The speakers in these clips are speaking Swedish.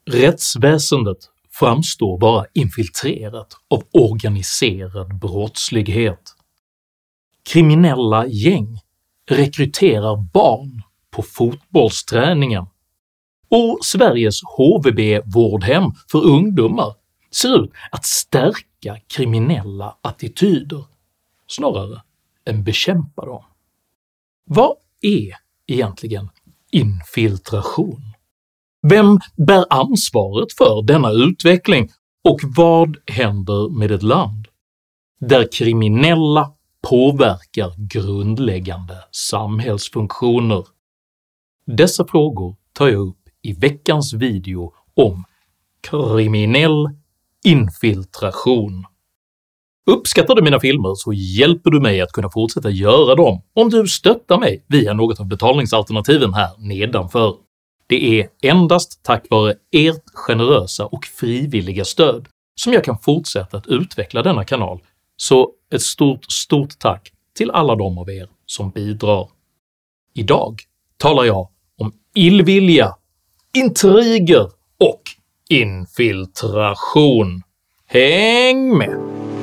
Rättsväsendet framstår vara infiltrerat av organiserad brottslighet. Kriminella gäng rekryterar barn på fotbollsträningen, och Sveriges HVB-vårdhem för ungdomar ser ut att stärka kriminella attityder snarare än bekämpa dem. Vad är egentligen infiltration? Vem bär ansvaret för denna utveckling, och vad händer med ett land där kriminella påverkar grundläggande samhällsfunktioner? Dessa frågor tar jag upp i veckans video om kriminell infiltration. Uppskattar du mina filmer så hjälper du mig att kunna fortsätta göra dem om du stöttar mig via något av betalningsalternativen här nedanför. Det är endast tack vare ert generösa och frivilliga stöd som jag kan fortsätta att utveckla denna kanal, så ett stort tack till alla de av er som bidrar. Idag talar jag om illvilja, intriger och infiltration. Häng med!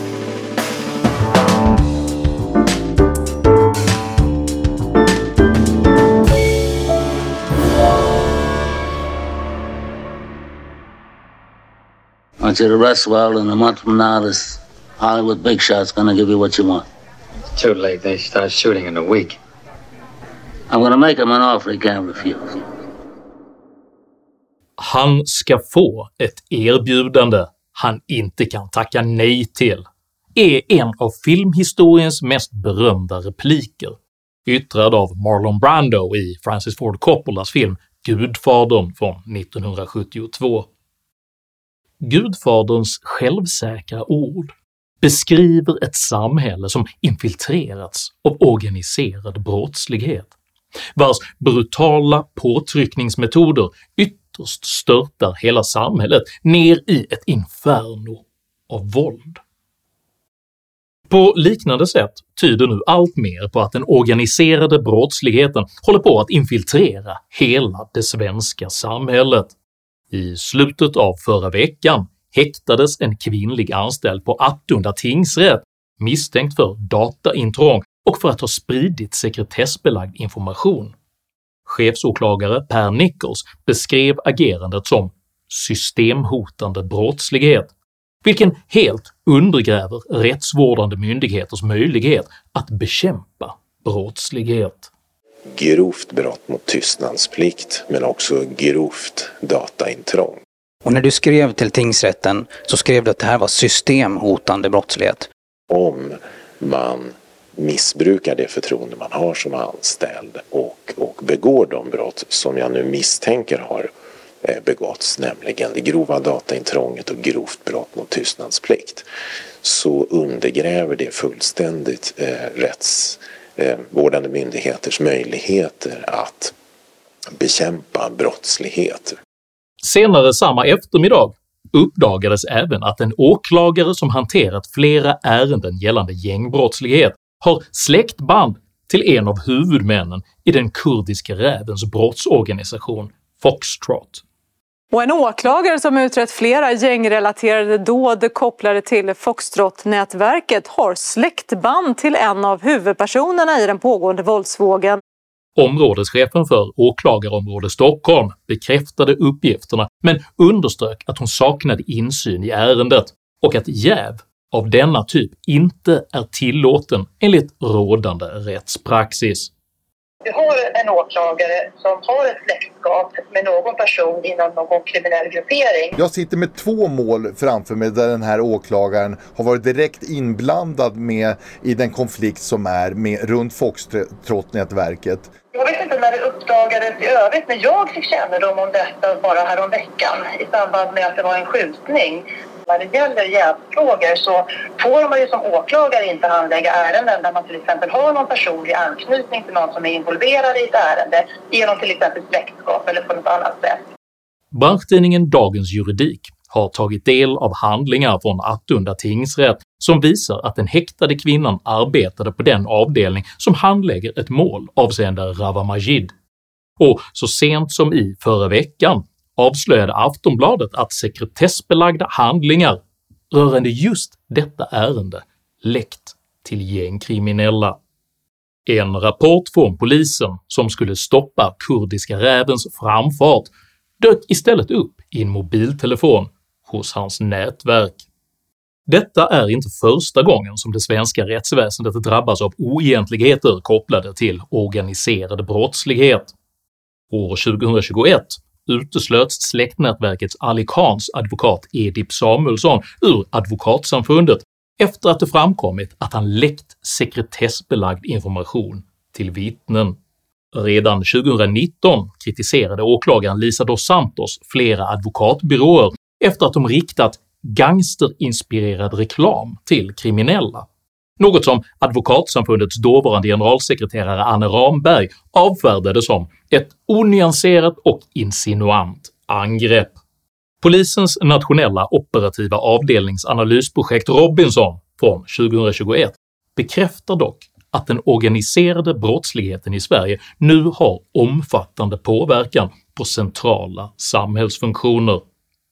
I want you to rest well, and a month from now, this Hollywood big shot's gonna give you what you want. It's too late. They start shooting in a week. I'm gonna make him an offer he can't refuse. Han ska få ett erbjudande han inte kan tacka nej till, är en av filmhistoriens mest berömda repliker, yttrad av Marlon Brando i Francis Ford Coppolas film Gudfadern från 1972. Gudfaderns självsäkra ord beskriver ett samhälle som infiltrerats av organiserad brottslighet, vars brutala påtryckningsmetoder ytterst störtar hela samhället ner i ett inferno av våld. På liknande sätt tyder nu allt mer på att den organiserade brottsligheten håller på att infiltrera hela det svenska samhället. I slutet av förra veckan häktades en kvinnlig anställd på Attunda tingsrätt misstänkt för dataintrång och för att ha spridit sekretessbelagd information. Chefsåklagare Per Nichols beskrev agerandet som systemhotande brottslighet, vilken helt undergräver rättsvårdande myndigheters möjlighet att bekämpa brottslighet. Grovt brott mot tystnadsplikt, men också grovt dataintrång. Och när du skrev till tingsrätten så skrev du att det här var systemhotande brottslighet. Om man missbrukar det förtroende man har som anställd och begår de brott som jag nu misstänker har begåtts, nämligen det grova dataintrånget och grovt brott mot tystnadsplikt, så undergräver det fullständigt rättsvårdande myndigheters möjligheter att bekämpa brottslighet. Senare samma eftermiddag uppdagades även att en åklagare som hanterat flera ärenden gällande gängbrottslighet har släktband till en av huvudmännen i den kurdiska rävens brottsorganisation Foxtrot. Och en åklagare som utrett flera gängrelaterade dåd kopplade till Foxtrot-nätverket har släktband till en av huvudpersonerna i den pågående våldsvågen. Områdeschefen för åklagarområde Stockholm bekräftade uppgifterna men underströk att hon saknade insyn i ärendet och att jäv av denna typ inte är tillåten enligt rådande rättspraxis. Vi har en åklagare som har ett släktskap med någon person inom någon kriminell gruppering. Jag sitter med 2 mål framför mig där den här åklagaren har varit direkt inblandad med i den konflikt som är med runt Foxtrot-nätverket. Jag vet inte när det uppdagades i övrigt, men jag fick kännedom om detta bara här om veckan i samband med att det var en skjutning. När det gäller jävfrågor så får man ju som åklagare inte handlägga ärenden där man till exempel har någon personlig anknytning till någon som är involverad i ett ärende genom till exempel släktskap eller på något annat sätt. Branschtidningen Dagens Juridik har tagit del av handlingar från Attunda tingsrätt som visar att den häktade kvinnan arbetade på den avdelning som handlägger ett mål avseende Rawa Majid, och så sent som i förra veckan avslöjade Aftonbladet att sekretessbelagda handlingar rörande just detta ärende läckt till gängkriminella. En rapport från polisen som skulle stoppa kurdiska rävens framfart dök istället upp i en mobiltelefon hos hans nätverk. Detta är inte första gången som det svenska rättsväsendet drabbas av oegentligheter kopplade till organiserad brottslighet. År 2021 uteslöts släktnätverkets Ali Khans advokat Edip Samuelsson ur advokatsamfundet efter att det framkommit att han läckt sekretessbelagd information till vittnen. Redan 2019 kritiserade åklagaren Lisa dos Santos flera advokatbyråer efter att de riktat gangsterinspirerad reklam till kriminella, något som advokatsamfundets dåvarande generalsekreterare Anne Ramberg avfärdade som ett onyanserat och insinuant angrepp. Polisens nationella operativa avdelningsanalysprojekt Robinson från 2021 bekräftar dock att den organiserade brottsligheten i Sverige nu har omfattande påverkan på centrala samhällsfunktioner.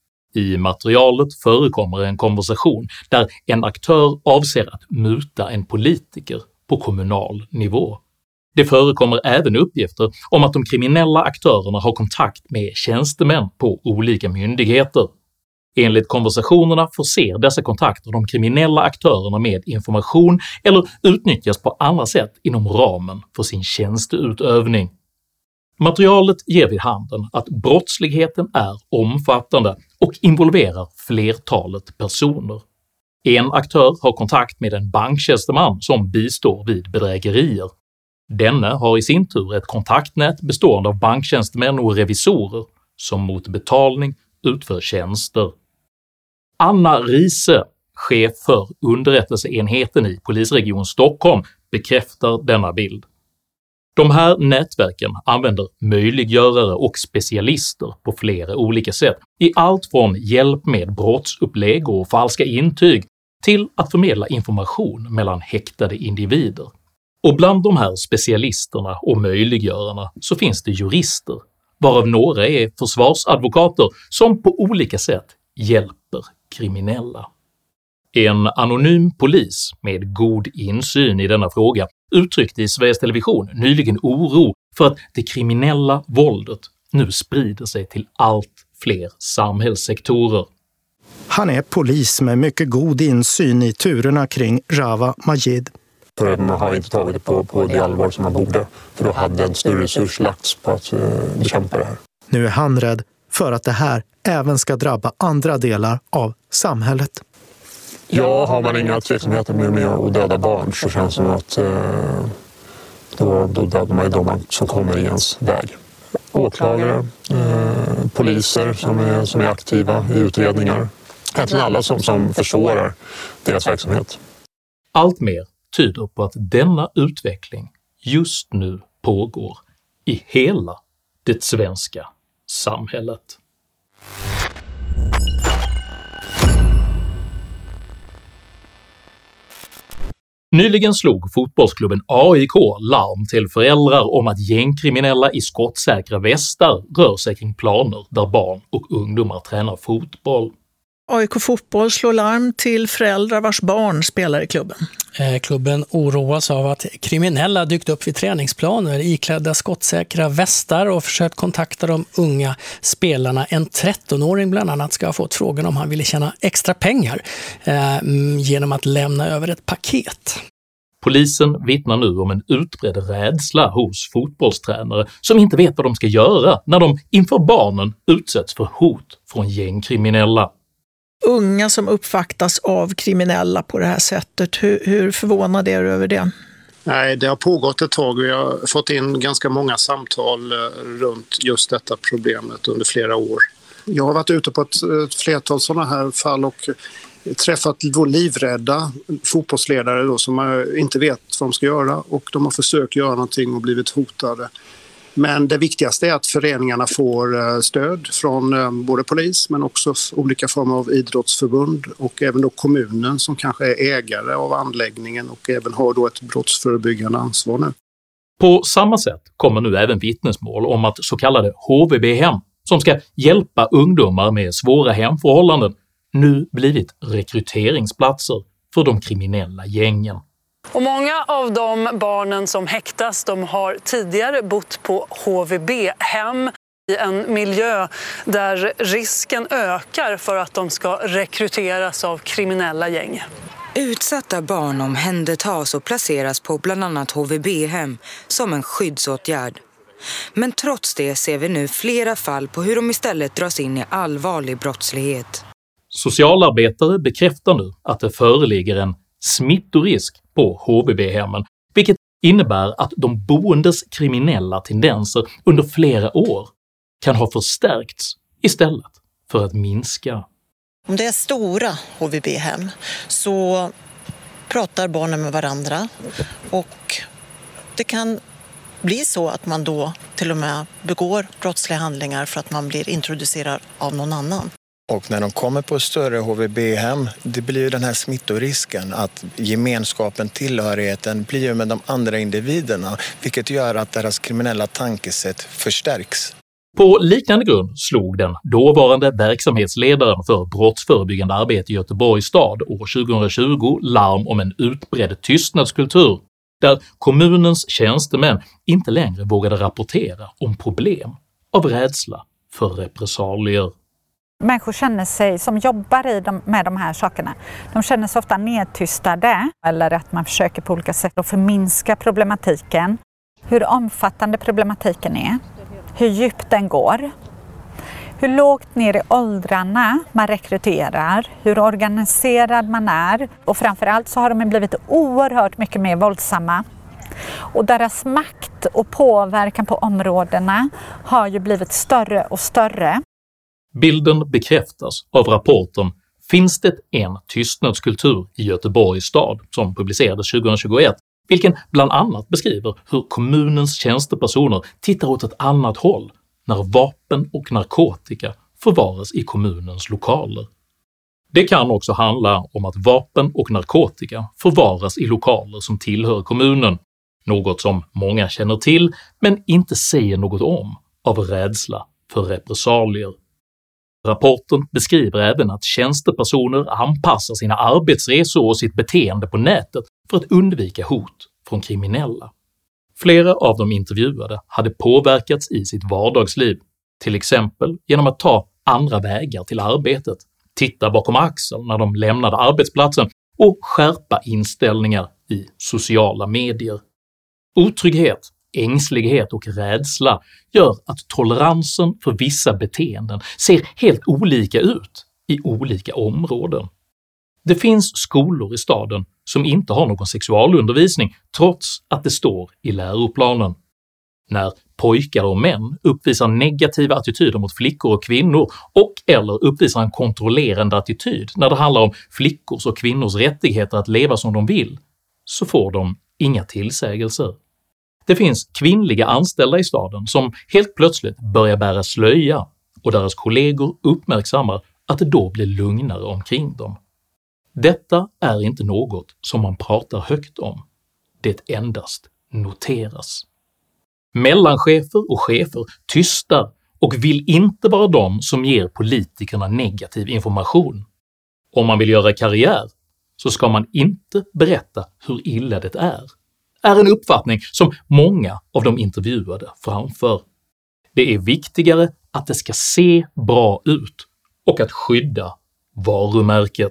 I materialet förekommer en konversation där en aktör avser att muta en politiker på kommunal nivå. Det förekommer även uppgifter om att de kriminella aktörerna har kontakt med tjänstemän på olika myndigheter. Enligt konversationerna förser dessa kontakter de kriminella aktörerna med information eller utnyttjas på andra sätt inom ramen för sin tjänsteutövning. Materialet ger vid handen att brottsligheten är omfattande och involverar flertalet personer. En aktör har kontakt med en banktjänsteman som bistår vid bedrägerier. Denne har i sin tur ett kontaktnät bestående av banktjänstemän och revisorer som mot betalning utför tjänster. Anna Riese, chef för underrättelseenheten i polisregion Stockholm, bekräftar denna bild. De här nätverken använder möjliggörare och specialister på flera olika sätt, i allt från hjälp med brottsupplägg och falska intyg till att förmedla information mellan häktade individer. Och bland de här specialisterna och möjliggörarna så finns det jurister, varav några är försvarsadvokater som på olika sätt hjälper kriminella. En anonym polis med god insyn i denna fråga uttryckte i Sveriges Television nyligen oro för att det kriminella våldet nu sprider sig till allt fler samhällssektorer. Han är polis med mycket god insyn i turerna kring Rawa Majid. Man har inte tagit det på det allvar som man borde, för då hade en större resurs lagts på att bekämpa det här. Nu är han rädd för att det här även ska drabba andra delar av samhället. Ja, har man inga tveksamheter med att döda barn så känns det som att då dödar man ju de som kommer i ens väg. Åklagare, poliser som är aktiva i utredningar. Egentligen alla som försvårar deras verksamhet. Allt mer tyder på att denna utveckling just nu pågår i hela det svenska samhället. Nyligen slog fotbollsklubben AIK larm till föräldrar om att gängkriminella i skottsäkra västar rör sig kring planer där barn och ungdomar tränar fotboll. AIK Fotboll slår larm till föräldrar vars barn spelar i klubben. Klubben oroas av att kriminella dykt upp vid träningsplaner iklädda skottsäkra västar och försökt kontakta de unga spelarna. En 13-åring bland annat ska ha fått frågan om han ville tjäna extra pengar genom att lämna över ett paket. Polisen vittnar nu om en utbredd rädsla hos fotbollstränare som inte vet vad de ska göra när de inför barnen utsätts för hot från gängkriminella. Unga som uppvaktas av kriminella på det här sättet, hur förvånad är du över det? Nej, det har pågått ett tag och jag har fått in ganska många samtal runt just detta problemet under flera år. Jag har varit ute på ett flertal sådana här fall och träffat livrädda fotbollsledare då, som inte vet vad de ska göra och de har försökt göra någonting och blivit hotade. Men det viktigaste är att föreningarna får stöd från både polis men också olika former av idrottsförbund och även då kommunen som kanske är ägare av anläggningen och även har då ett brottsförebyggande ansvar nu. På samma sätt kommer nu även vittnesmål om att så kallade HVB-hem som ska hjälpa ungdomar med svåra hemförhållanden nu blivit rekryteringsplatser för de kriminella gängen. Och många av de barnen som häktas de har tidigare bott på HVB-hem i en miljö där risken ökar för att de ska rekryteras av kriminella gäng. Utsatta barn omhändertas och placeras på bland annat HVB-hem som en skyddsåtgärd. Men trots det ser vi nu flera fall på hur de istället dras in i allvarlig brottslighet. Socialarbetare bekräftar nu att det föreligger en smittorisk på HVB-hemmen, vilket innebär att de boendes kriminella tendenser under flera år kan ha förstärkts istället för att minska. Om det är stora HVB-hem så pratar barnen med varandra och det kan bli så att man då till och med begår brottsliga handlingar för att man blir introducerad av någon annan. Och när de kommer på större HVB-hem, det blir ju den här smittorisken att gemenskapen, tillhörigheten blir ju med de andra individerna, vilket gör att deras kriminella tankesätt förstärks. På liknande grund slog den dåvarande verksamhetsledaren för brottsförebyggande arbete i Göteborgs stad år 2020 larm om en utbredd tystnadskultur där kommunens tjänstemän inte längre vågade rapportera om problem av rädsla för repressalier. Människor känner sig, som jobbar med de här sakerna, de känner sig ofta nedtystade eller att man försöker på olika sätt att förminska problematiken. Hur omfattande problematiken är, hur djupt den går, hur lågt ner i åldrarna man rekryterar, hur organiserad man är och framförallt så har de blivit oerhört mycket mer våldsamma. Och deras makt och påverkan på områdena har ju blivit större och större. Bilden bekräftas av rapporten “Finns det en tystnadskultur i Göteborgs stad?” som publicerades 2021, vilken bland annat beskriver hur kommunens tjänstepersoner tittar åt ett annat håll när vapen och narkotika förvaras i kommunens lokaler. Det kan också handla om att vapen och narkotika förvaras i lokaler som tillhör kommunen, något som många känner till men inte säger något om av rädsla för repressalier. Rapporten beskriver även att tjänstepersoner anpassar sina arbetsresor och sitt beteende på nätet för att undvika hot från kriminella. Flera av de intervjuade hade påverkats i sitt vardagsliv, till exempel genom att ta andra vägar till arbetet, titta bakom axeln när de lämnade arbetsplatsen och skärpa inställningar i sociala medier. Otrygghet, ängslighet och rädsla gör att toleransen för vissa beteenden ser helt olika ut i olika områden. Det finns skolor i staden som inte har någon sexualundervisning trots att det står i läroplanen. När pojkar och män uppvisar negativa attityder mot flickor och kvinnor och eller uppvisar en kontrollerande attityd när det handlar om flickors och kvinnors rättigheter att leva som de vill, så får de inga tillsägelser. Det finns kvinnliga anställda i staden som helt plötsligt börjar bära slöja och deras kollegor uppmärksammar att det då blir lugnare omkring dem. Detta är inte något som man pratar högt om, det endast noteras. Mellanchefer och chefer tystar och vill inte vara de som ger politikerna negativ information. Om man vill göra karriär så ska man inte berätta hur illa det är en uppfattning som många av de intervjuade framför. Det är viktigare att det ska se bra ut och att skydda varumärket.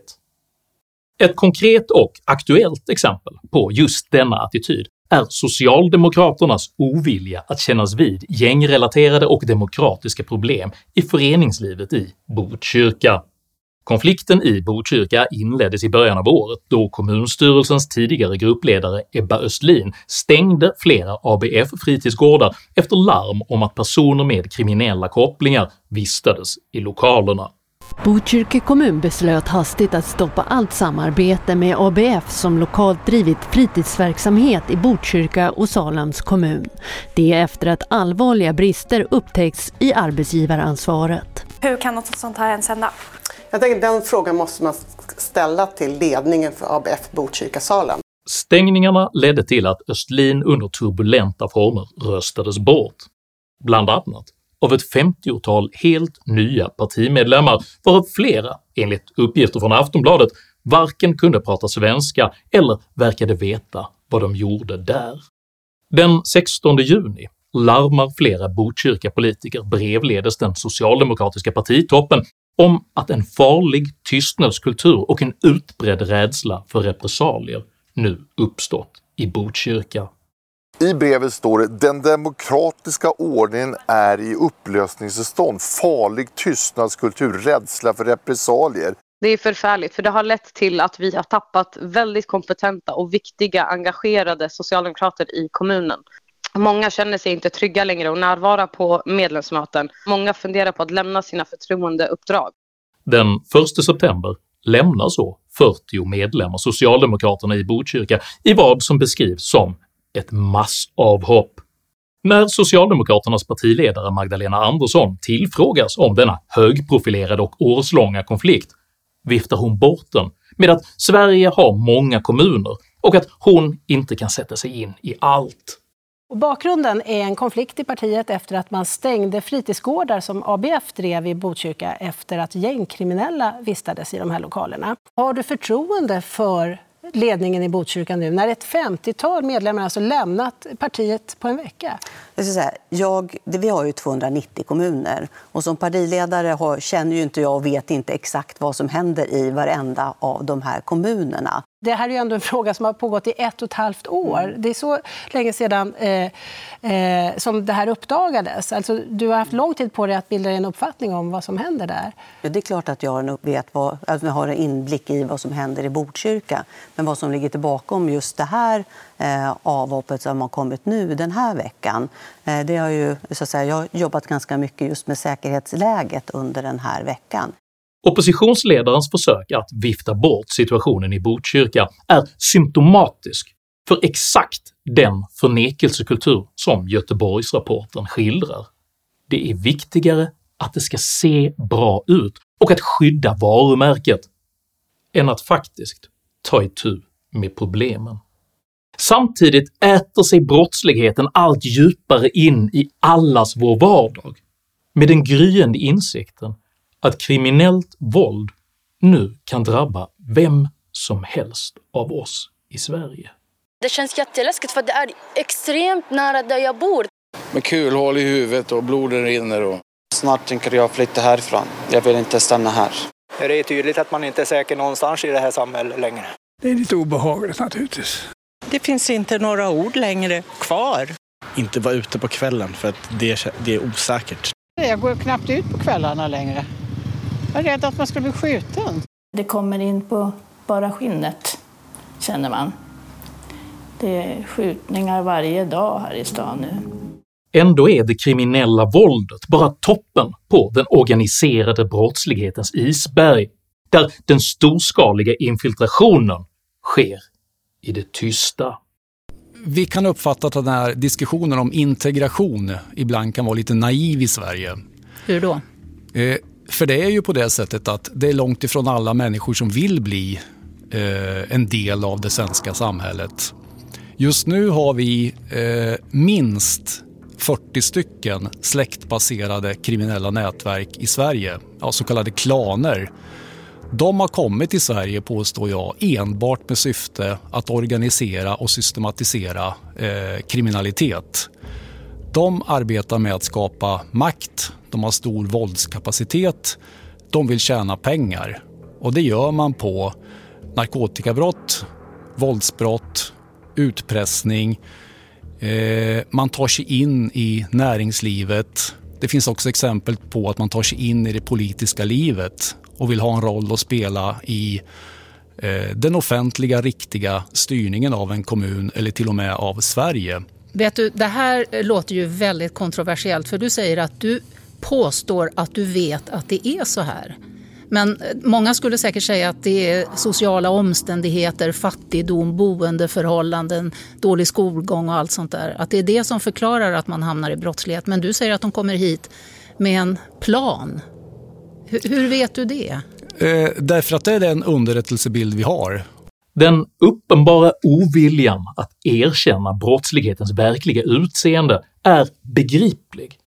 Ett konkret och aktuellt exempel på just denna attityd är Socialdemokraternas ovilja att kännas vid gängrelaterade och demokratiska problem i föreningslivet i Botkyrka. Konflikten i Botkyrka inleddes i början av året då kommunstyrelsens tidigare gruppledare Ebba Östlin stängde flera ABF-fritidsgårdar efter larm om att personer med kriminella kopplingar vistades i lokalerna. Botkyrka kommun beslöt hastigt att stoppa allt samarbete med ABF som lokalt drivit fritidsverksamhet i Botkyrka och Salems kommun. Det är efter att allvarliga brister upptäckts i arbetsgivaransvaret. Hur kan något sånt här ens hända? Jag tänker den frågan måste man ställa till ledningen för ABF Botkyrka Salem. Stängningarna ledde till att Östlin under turbulenta former röstades bort. Bland annat av ett 50-tal helt nya partimedlemmar, varav flera, enligt uppgifter från Aftonbladet, varken kunde prata svenska eller verkade veta vad de gjorde där. Den 16 juni larmar flera Botkyrka-politiker brevledes den socialdemokratiska partitoppen om att en farlig tystnadskultur och en utbredd rädsla för repressalier nu uppstått i Botkyrka. I brevet står det: den demokratiska ordningen är i upplösningstillstånd, farlig tystnadskultur, rädsla för repressalier. Det är förfärligt, för det har lett till att vi har tappat väldigt kompetenta och viktiga, engagerade socialdemokrater i kommunen. Många känner sig inte trygga längre och närvara på medlemsmöten. Många funderar på att lämna sina förtroendeuppdrag. Den 1 september lämnar så 40 medlemmar Socialdemokraterna i Botkyrka i vad som beskrivs som ett massavhopp. När Socialdemokraternas partiledare Magdalena Andersson tillfrågas om denna högprofilerade och årslånga konflikt viftar hon bort den med att Sverige har många kommuner och att hon inte kan sätta sig in i allt. Och bakgrunden är en konflikt i partiet efter att man stängde fritidsgårdar som ABF drev i Botkyrka efter att gängkriminella vistades i de här lokalerna. Har du förtroende för ledningen i Botkyrka nu när ett 50-tal medlemmar alltså lämnat partiet på en vecka? Jag ska säga, vi har ju 290 kommuner och som partiledare känner ju inte jag och vet inte exakt vad som händer i varenda av de här kommunerna. Det här är ju ändå en fråga som har pågått i 1,5 år. Det är så länge sedan som det här uppdagades. Alltså, du har haft lång tid på dig att bilda en uppfattning om vad som händer där. Ja, det är klart att jag har en inblick i vad som händer i Botkyrka. Men vad som ligger tillbaka om just det här avhoppet som har kommit nu den här veckan. Det har ju, så att säga, jag har jobbat ganska mycket just med säkerhetsläget under den här veckan. Oppositionsledarens försök att vifta bort situationen i Botkyrka är symptomatisk för exakt den förnekelsekultur som Göteborgsrapporten skildrar. Det är viktigare att det ska se bra ut och att skydda varumärket än att faktiskt ta itu med problemen. Samtidigt äter sig brottsligheten allt djupare in i allas vår vardag med den gryende insikten att kriminellt våld nu kan drabba vem som helst av oss i Sverige. Det känns jätteläskigt för det är extremt nära där jag bor. Med kulhål i huvudet och blodet rinner. Och... Snart tänker jag flytta härifrån. Jag vill inte stanna här. Det är tydligt att man inte är säker någonstans i det här samhället längre. Det är lite obehagligt naturligtvis. Det finns inte några ord längre kvar. Inte vara ute på kvällen för att det är osäkert. Jag går knappt ut på kvällarna längre. Jag är rädd att man ska bli skjuten. Det kommer in på bara skinnet, känner man. Det är skjutningar varje dag här i stan nu. Ändå är det kriminella våldet bara toppen på den organiserade brottslighetens isberg, där den storskaliga infiltrationen sker i det tysta. Vi kan uppfatta att den här diskussionen om integration ibland kan vara lite naiv i Sverige. Hur då? För det är ju på det sättet att det är långt ifrån alla människor som vill bli en del av det svenska samhället. Just nu har vi minst 40 stycken släktbaserade kriminella nätverk i Sverige, så kallade klaner. De har kommit till Sverige, påstår jag, enbart med syfte att organisera och systematisera kriminalitet. De arbetar med att skapa makt, de har stor våldskapacitet, de vill tjäna pengar. Och det gör man på narkotikabrott, våldsbrott, utpressning. Man tar sig in i näringslivet. Det finns också exempel på att man tar sig in i det politiska livet och vill ha en roll att spela i den offentliga, riktiga styrningen av en kommun eller till och med av Sverige. Vet du, det här låter ju väldigt kontroversiellt, för du säger att du påstår att du vet att det är så här. Men många skulle säkert säga att det är sociala omständigheter, fattigdom, boendeförhållanden, dålig skolgång och allt sånt där. Att det är det som förklarar att man hamnar i brottslighet. Men du säger att de kommer hit med en plan. Hur vet du det? Därför att det är den underrättelsebild vi har. Den uppenbara oviljan att erkänna brottslighetens verkliga utseende är begriplig.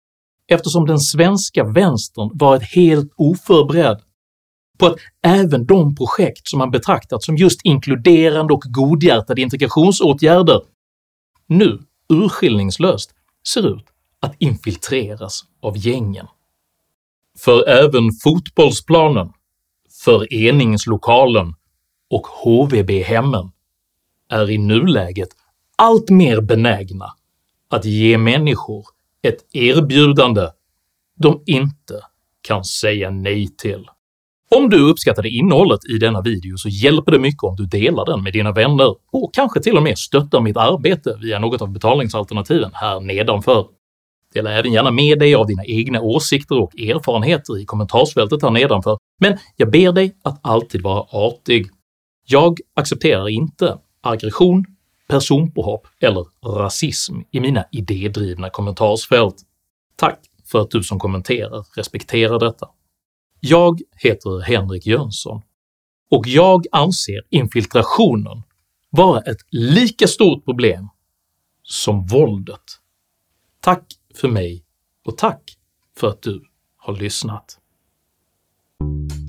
eftersom den svenska vänstern varit helt oförberedd på att även de projekt som man betraktat som just inkluderande och godhjärtade integrationsåtgärder nu urskillningslöst ser ut att infiltreras av gängen. För även fotbollsplanen, föreningslokalen och HVB-hemmen är i nuläget allt mer benägna att ge människor ett erbjudande de inte kan säga nej till. Om du uppskattade innehållet i denna video så hjälper det mycket om du delar den med dina vänner och kanske till och med stöttar mitt arbete via något av betalningsalternativen här nedanför. Dela även gärna med dig av dina egna åsikter och erfarenheter i kommentarsfältet här nedanför, men jag ber dig att alltid vara artig. Jag accepterar inte aggression, personpåhopp eller rasism i mina idédrivna kommentarsfält. Tack för att du som kommenterar respekterar detta. Jag heter Henrik Jönsson och jag anser infiltrationen vara ett lika stort problem som våldet. Tack för mig och tack för att du har lyssnat.